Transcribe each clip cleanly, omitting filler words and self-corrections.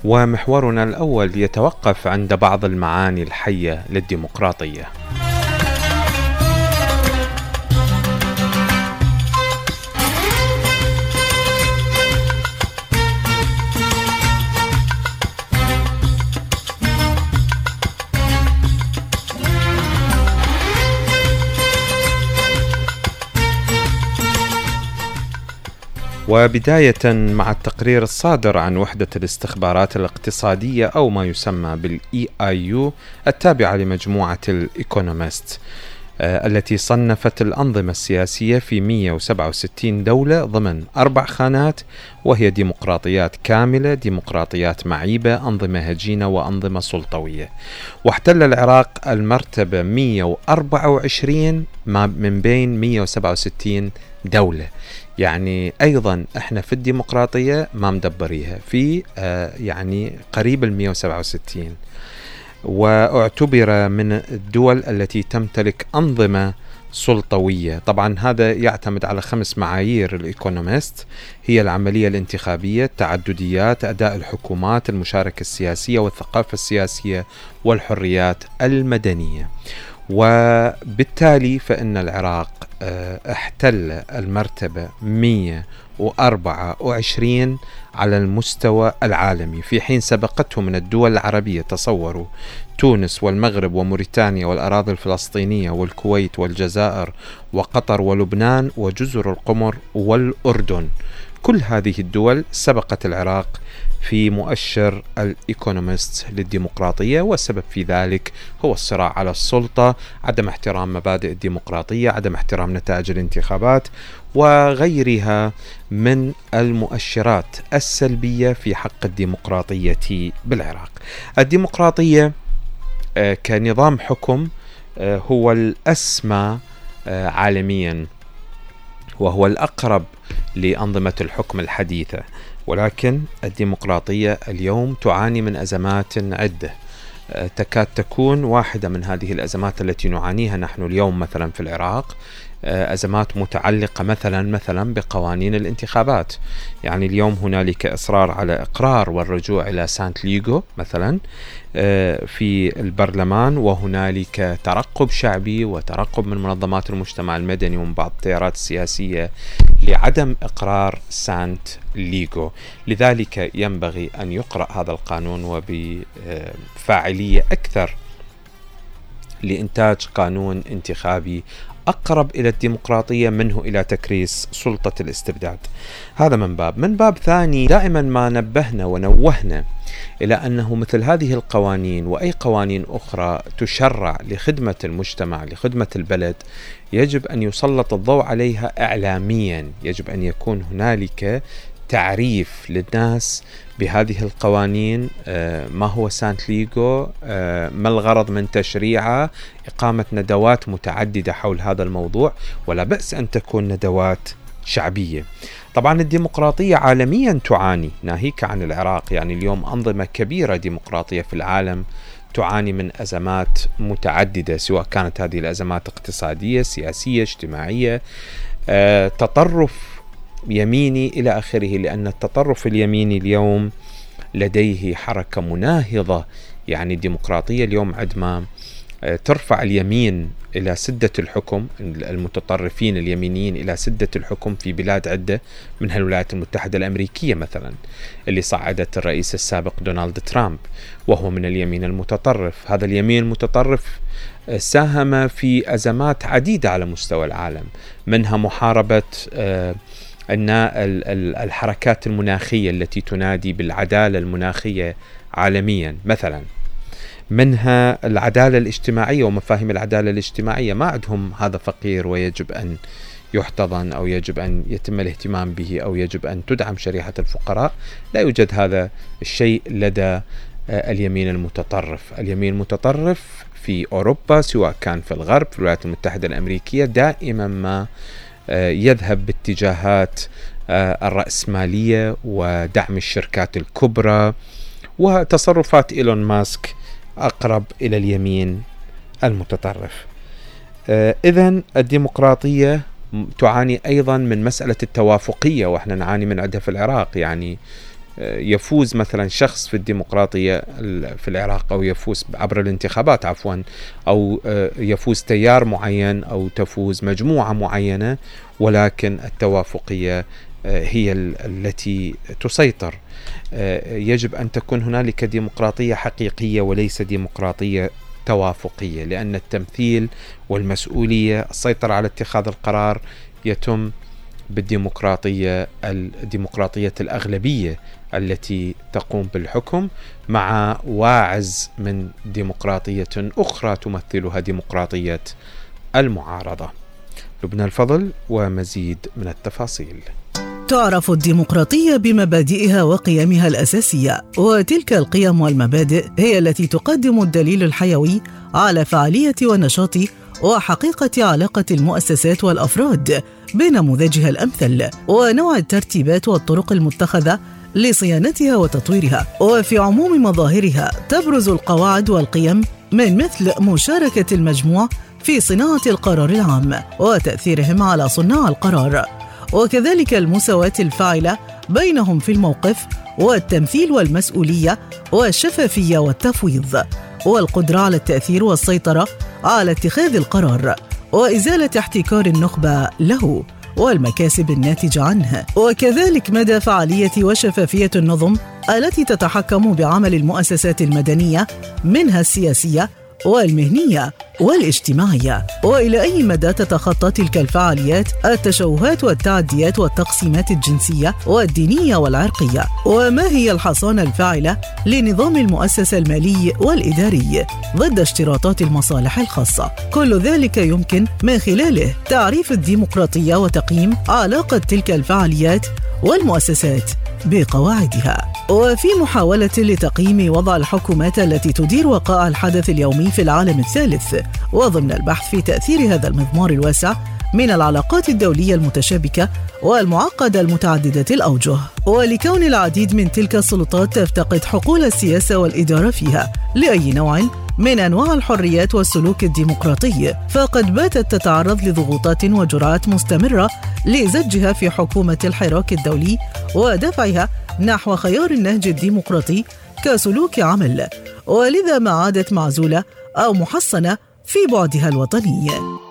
ومحورنا الأول يتوقف عند بعض المعاني الحية للديمقراطية. وبداية مع التقرير الصادر عن وحدة الاستخبارات الاقتصادية أو ما يسمى بالEIU التابعة لمجموعة الإيكونومست، التي صنفت الأنظمة السياسية في 167 دولة ضمن 4 خانات، وهي ديمقراطيات كاملة، ديمقراطيات معيبة، أنظمة هجينة، وأنظمة سلطوية. واحتل العراق المرتبة 124 من بين 167 دولة. يعني أيضا إحنا في الديمقراطية ما مدبريها في يعني قريب 167، واعتبر من الدول التي تمتلك أنظمة سلطوية. طبعا هذا يعتمد على 5 معايير الإيكونومست، هي العملية الانتخابية، التعدديات، أداء الحكومات، المشاركة السياسية والثقافة السياسية والحريات المدنية. وبالتالي فإن العراق احتل المرتبة 124 على المستوى العالمي، في حين سبقته من الدول العربية، تصوروا، تونس والمغرب وموريتانيا والأراضي الفلسطينية والكويت والجزائر وقطر ولبنان وجزر القمر والأردن. كل هذه الدول سبقت العراق في مؤشر الإيكونومست للديمقراطية، والسبب في ذلك هو الصراع على السلطة، عدم احترام مبادئ الديمقراطية، عدم احترام نتائج الانتخابات، وغيرها من المؤشرات السلبية في حق الديمقراطية بالعراق. الديمقراطية كنظام حكم هو الأسمى عالميا، وهو الأقرب لأنظمة الحكم الحديثة، ولكن الديمقراطية اليوم تعاني من أزمات عدة. تكاد تكون واحدة من هذه الأزمات التي نعانيها نحن اليوم مثلا في العراق أزمات متعلقة مثلا بقوانين الانتخابات. يعني اليوم هنالك إصرار على إقرار والرجوع إلى سانت ليغو مثلا في البرلمان، وهنالك ترقب شعبي وترقب من منظمات المجتمع المدني ومن بعض التيارات السياسية لعدم إقرار سانت ليغو. لذلك ينبغي أن يقرأ هذا القانون وبفاعلية أكثر لإنتاج قانون انتخابي أقرب إلى الديمقراطية منه إلى تكريس سلطة الاستبداد. هذا من باب ثاني، دائما ما نبهنا ونوهنا إلى أنه مثل هذه القوانين وأي قوانين أخرى تشرع لخدمة المجتمع، لخدمة البلد، يجب أن يسلط الضوء عليها إعلاميا. يجب أن يكون هنالك تعريف للناس بهذه القوانين، ما هو سانت ليغو، ما الغرض من تشريعها، إقامة ندوات متعددة حول هذا الموضوع، ولا بأس أن تكون ندوات شعبية. طبعا الديمقراطية عالميا تعاني، ناهيك عن العراق. يعني اليوم أنظمة كبيرة ديمقراطية في العالم تعاني من أزمات متعددة، سواء كانت هذه الأزمات اقتصادية، سياسية، اجتماعية، تطرف يميني إلى آخره. لأن التطرف اليميني اليوم لديه حركة مناهضة. يعني الديمقراطية اليوم عندما ترفع اليمين إلى سدة الحكم، المتطرفين اليمينيين إلى سدة الحكم في بلاد عدة منها الولايات المتحدة الأمريكية مثلا، اللي صعدت الرئيس السابق دونالد ترامب وهو من اليمين المتطرف. هذا اليمين المتطرف ساهم في أزمات عديدة على مستوى العالم، منها محاربة أن الحركات المناخية التي تنادي بالعدالة المناخية عالميا مثلا، منها العدالة الاجتماعية ومفاهيم العدالة الاجتماعية. ما عندهم هذا فقير ويجب أن يحتضن أو يجب أن يتم الاهتمام به أو يجب أن تدعم شريحة الفقراء. لا يوجد هذا الشيء لدى اليمين المتطرف. اليمين المتطرف في أوروبا، سواء كان في الغرب في الولايات المتحدة الأمريكية، دائما ما يذهب باتجاهات الرأسمالية ودعم الشركات الكبرى، وتصرفات إيلون ماسك أقرب إلى اليمين المتطرف. إذن الديمقراطية تعاني أيضا من مسألة التوافقية، وإحنا نعاني من عدها في العراق. يعني يفوز مثلا شخص في الديمقراطية في العراق، أو يفوز عبر الانتخابات عفوا، أو يفوز تيار معين أو تفوز مجموعة معينة، ولكن التوافقية هي التي تسيطر. يجب أن تكون هنالك ديمقراطية حقيقية وليس ديمقراطية توافقية، لأن التمثيل والمسؤولية، السيطرة على اتخاذ القرار، يتم بالديمقراطية الأغلبية التي تقوم بالحكم، مع واعز من ديمقراطية أخرى تمثلها ديمقراطية المعارضة. لبنى الفضل ومزيد من التفاصيل. تعرف الديمقراطية بمبادئها وقيمها الأساسية، وتلك القيم والمبادئ هي التي تقدم الدليل الحيوي على فعالية ونشاط وحقيقة علاقة المؤسسات والأفراد بنموذجها الأمثل، ونوع الترتيبات والطرق المتخذة لصيانتها وتطويرها. وفي عموم مظاهرها تبرز القواعد والقيم من مثل مشاركة المجموع في صناعة القرار العام وتأثيرهم على صناع القرار، وكذلك المساواة الفاعلة بينهم في الموقف والتمثيل والمسؤولية والشفافية والتفويض، والقدرة على التأثير والسيطرة على اتخاذ القرار وإزالة احتكار النخبة له والمكاسب الناتجة عنه، وكذلك مدى فعالية وشفافية النظم التي تتحكم بعمل المؤسسات المدنية منها السياسية والمهنية والاجتماعية، وإلى أي مدى تتخطى تلك الفعاليات التشوهات والتعديات والتقسيمات الجنسية والدينية والعرقية، وما هي الحصانة الفاعلة لنظام المؤسسة المالي والإداري ضد اشتراطات المصالح الخاصة. كل ذلك يمكن من خلاله تعريف الديمقراطية وتقييم علاقة تلك الفعاليات والمؤسسات بقواعدها. وفي محاولة لتقييم وضع الحكومات التي تدير وقائع الحدث اليومي في العالم الثالث، وضمن البحث في تأثير هذا المضمار الواسع من العلاقات الدولية المتشابكة والمعقدة المتعددة الأوجه، ولكون العديد من تلك السلطات تفتقد حقول السياسة والإدارة فيها لأي نوع من أنواع الحريات والسلوك الديمقراطي، فقد باتت تتعرض لضغوطات وجرعات مستمرة لزجها في حكومة الحراك الدولي ودفعها نحو خيار النهج الديمقراطي كسلوك عمل، ولذا ما عادت معزولة أو محصنة في بعدها الوطني.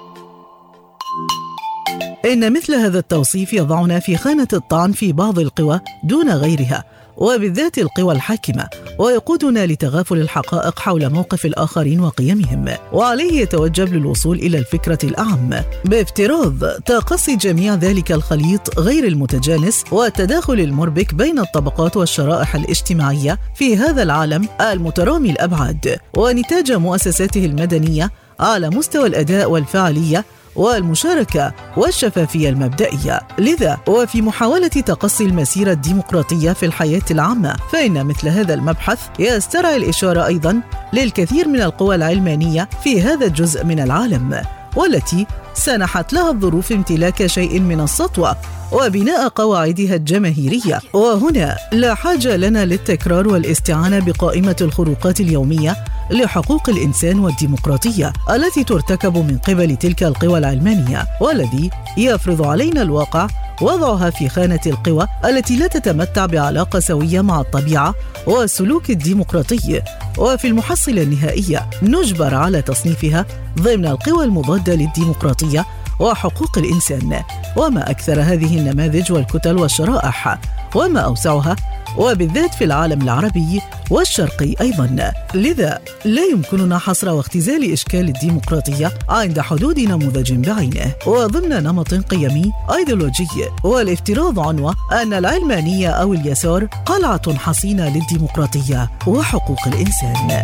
إن مثل هذا التوصيف يضعنا في خانة الطعن في بعض القوى دون غيرها، وبالذات القوى الحاكمة، ويقودنا لتغافل الحقائق حول موقف الآخرين وقيمهم، وعليه يتوجب للوصول إلى الفكرة الأعم بافتراض تقصي جميع ذلك الخليط غير المتجانس والتداخل المربك بين الطبقات والشرائح الاجتماعية في هذا العالم المترامي الأبعاد، ونتاج مؤسساته المدنية على مستوى الأداء والفاعلية والمشاركة والشفافية المبدئية. لذا وفي محاولة تقصي المسيرة الديمقراطية في الحياة العامة، فإن مثل هذا المبحث يسترعي الإشارة أيضا للكثير من القوى العلمانية في هذا الجزء من العالم، والتي سنحت لها الظروف امتلاك شيء من السطوة وبناء قواعدها الجماهيرية. وهنا لا حاجة لنا للتكرار والاستعانة بقائمة الخروقات اليومية لحقوق الإنسان والديمقراطية التي ترتكب من قبل تلك القوى العلمانية، والذي يفرض علينا الواقع وضعها في خانة القوى التي لا تتمتع بعلاقة سوية مع الطبيعة والسلوك الديمقراطي، وفي المحصلة النهائية نجبر على تصنيفها ضمن القوى المضادة للديمقراطية وحقوق الإنسان. وما أكثر هذه النماذج والكتل والشرائح، وما أوسعها، وبالذات في العالم العربي والشرقي أيضا. لذا لا يمكننا حصر واختزال إشكال الديمقراطية عند حدود نموذج بعينه وضمن نمط قيمي أيديولوجي، والافتراض عنوة أن العلمانية أو اليسار قلعة حصينة للديمقراطية وحقوق الإنسان.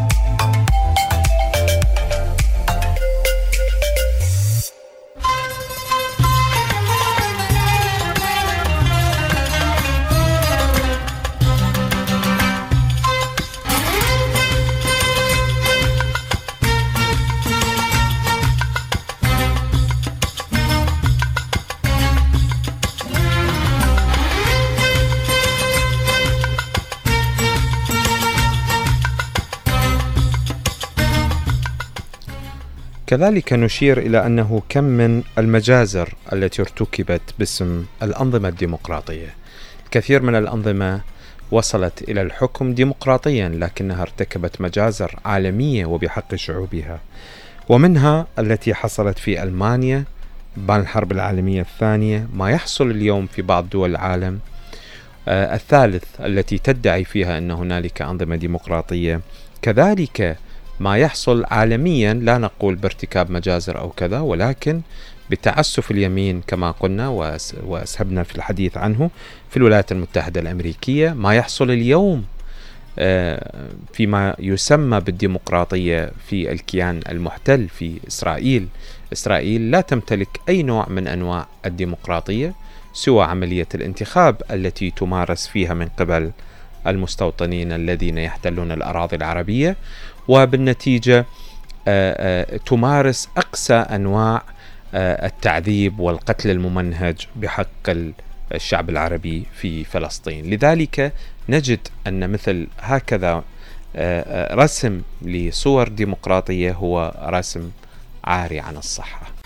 كذلك نشير إلى أنه كم من المجازر التي ارتكبت باسم الأنظمة الديمقراطية. كثير من الأنظمة وصلت إلى الحكم ديمقراطيا، لكنها ارتكبت مجازر عالمية وبحق شعوبها، ومنها التي حصلت في ألمانيا بعد الحرب العالمية الثانية، ما يحصل اليوم في بعض دول العالم الثالث التي تدعي فيها أن هنالك أنظمة ديمقراطية، كذلك ما يحصل عالميا، لا نقول بارتكاب مجازر أو كذا، ولكن بتعسف اليمين كما قلنا وأسهبنا في الحديث عنه في الولايات المتحدة الأمريكية. ما يحصل اليوم فيما يسمى بالديمقراطية في الكيان المحتل في إسرائيل لا تمتلك أي نوع من أنواع الديمقراطية سوى عملية الانتخاب التي تمارس فيها من قبل المستوطنين الذين يحتلون الأراضي العربية، وبالنتيجة تمارس أقصى أنواع التعذيب والقتل الممنهج بحق الشعب العربي في فلسطين. لذلك نجد أن مثل هكذا رسم لصور ديمقراطية هو رسم عاري عن الصحة.